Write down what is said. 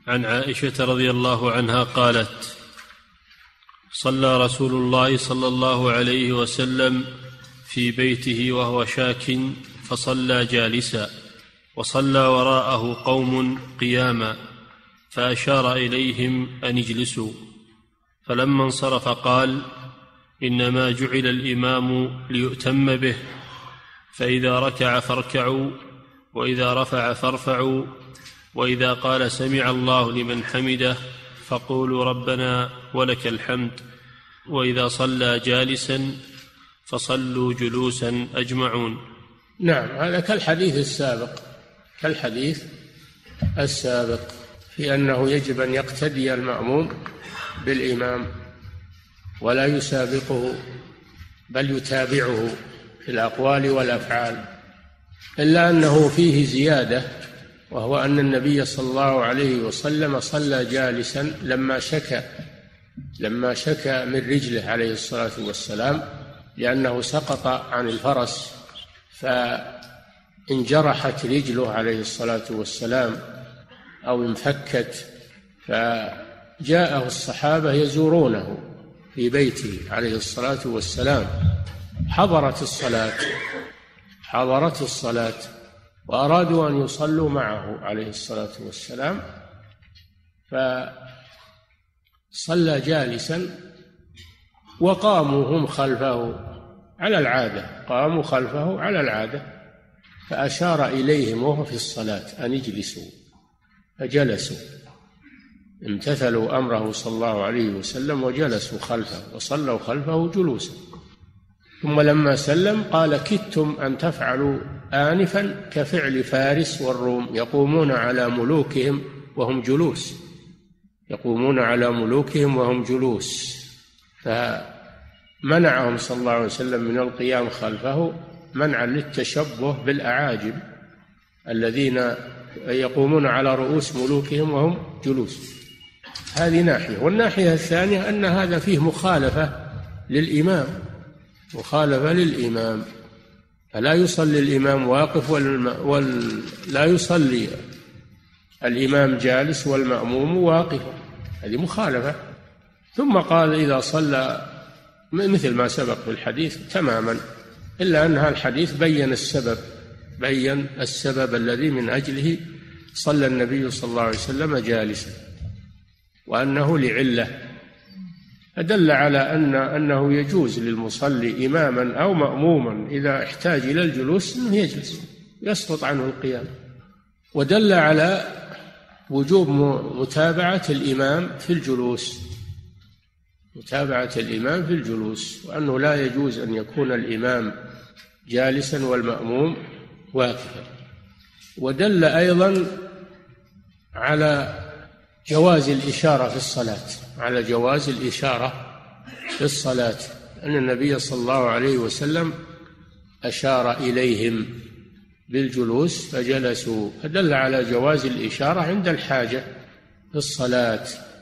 عن عائشة رضي الله عنها قالت: صلى رسول الله صلى الله عليه وسلم في بيته وهو شاك فصلى جالسا، وصلى وراءه قوم قياما، فأشار إليهم أن اجلسوا، فلما انصرف قال: إنما جعل الإمام ليؤتم به، فإذا ركع فاركعوا، وإذا رفع فارفعوا، وإذا قال سمع الله لمن حمده فقولوا ربنا ولك الحمد، وإذا صلى جالسا فصلوا جلوسا أجمعون. نعم، هذا كالحديث السابق في أنه يجب أن يقتدي المأموم بالإمام ولا يسابقه بل يتابعه في الأقوال والأفعال، إلا أنه فيه زيادة، وهو أن النبي صلى الله عليه وسلم صلى جالسا لما شكى من رجله عليه الصلاة والسلام، لأنه سقط عن الفرس فانجرحت رجله عليه الصلاة والسلام أو انفكت، فجاءه الصحابة يزورونه في بيته عليه الصلاة والسلام. حضرت الصلاة وأرادوا أن يصلوا معه عليه الصلاة والسلام، فصلى جالسا وقاموا هم خلفه على العادة، فأشار إليهم وهو في الصلاة أن يجلسوا، فجلسوا، امتثلوا أمره صلى الله عليه وسلم وجلسوا خلفه وصلوا خلفه جلوسا. ثم لما سلم قال: كدتم أن تفعلوا آنفا كفعل فارس والروم يقومون على ملوكهم وهم جلوس. فمنعهم صلى الله عليه وسلم من القيام خلفه منعا للتشبه بالأعاجم الذين يقومون على رؤوس ملوكهم وهم جلوس. هذه ناحية. والناحية الثانية أن هذا فيه مخالفة للإمام، فلا يصلي الإمام واقف ولا يصلي الإمام جالس والمأموم واقف، هذه مخالفة. ثم قال: إذا صلى، مثل ما سبق في الحديث تماما، إلا أن الحديث بين السبب الذي من أجله صلى النبي صلى الله عليه وسلم جالسا، وأنه لعلة، فدل على أنه يجوز للمصلي إماما أو مأموما إذا احتاج إلى الجلوس أنه يجلس يسقط عنه القيام، ودل على وجوب متابعة الإمام في الجلوس، وأنه لا يجوز أن يكون الإمام جالسا والمأموم واقفا. ودل أيضا على جواز الإشارة في الصلاة، أن النبي صلى الله عليه وسلم أشار إليهم بالجلوس فجلسوا، فدل على جواز الإشارة عند الحاجة في الصلاة.